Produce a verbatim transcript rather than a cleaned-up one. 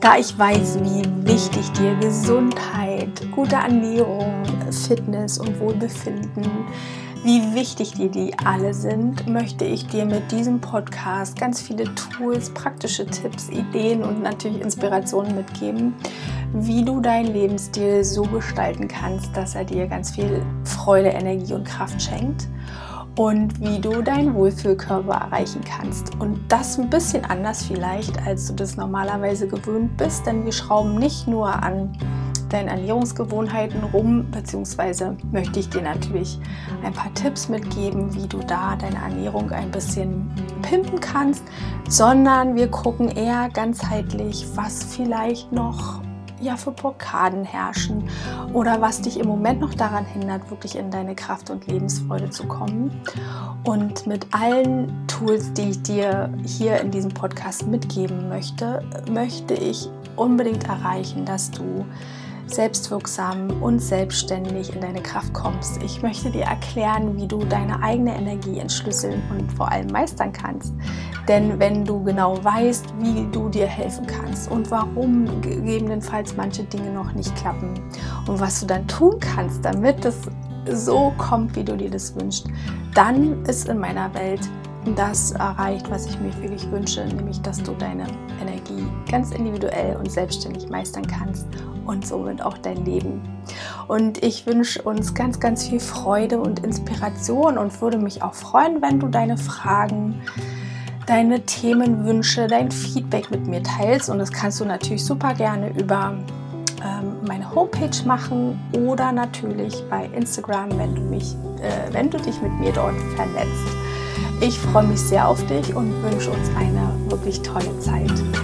Da ich weiß, wie wichtig dir Gesundheit, gute Ernährung, Fitness und Wohlbefinden, wie wichtig dir die alle sind, möchte ich dir mit diesem Podcast ganz viele Tools, praktische Tipps, Ideen und natürlich Inspirationen mitgeben, wie du deinen Lebensstil so gestalten kannst, dass er dir ganz viel Freude, Energie und Kraft schenkt. Und wie du deinen Wohlfühlkörper erreichen kannst. Und das ein bisschen anders vielleicht, als du das normalerweise gewöhnt bist, denn wir schrauben nicht nur an deinen Ernährungsgewohnheiten rum, beziehungsweise möchte ich dir natürlich ein paar Tipps mitgeben, wie du da deine Ernährung ein bisschen pimpen kannst, sondern wir gucken eher ganzheitlich, was vielleicht noch ja, für Blockaden herrschen oder was dich im Moment noch daran hindert, wirklich in deine Kraft und Lebensfreude zu kommen. Und mit allen Tools, die ich dir hier in diesem Podcast mitgeben möchte, möchte ich unbedingt erreichen, dass du selbstwirksam und selbstständig in deine Kraft kommst. Ich möchte dir erklären, wie du deine eigene Energie entschlüsseln und vor allem meistern kannst. Denn wenn du genau weißt, wie du dir helfen kannst und warum gegebenenfalls manche Dinge noch nicht klappen und was du dann tun kannst, damit es so kommt, wie du dir das wünschst, dann ist in meiner Welt das erreicht, was ich mir wirklich wünsche, nämlich, dass du deine Energie ganz individuell und selbstständig meistern kannst und somit auch dein Leben. Und ich wünsche uns ganz, ganz viel Freude und Inspiration und würde mich auch freuen, wenn du deine Fragen, deine Themenwünsche, dein Feedback mit mir teilst. Und das kannst du natürlich super gerne über ähm, meine Homepage machen oder natürlich bei Instagram, wenn du mich, äh, wenn du dich mit mir dort vernetzt. Ich freue mich sehr auf dich und wünsche uns eine wirklich tolle Zeit.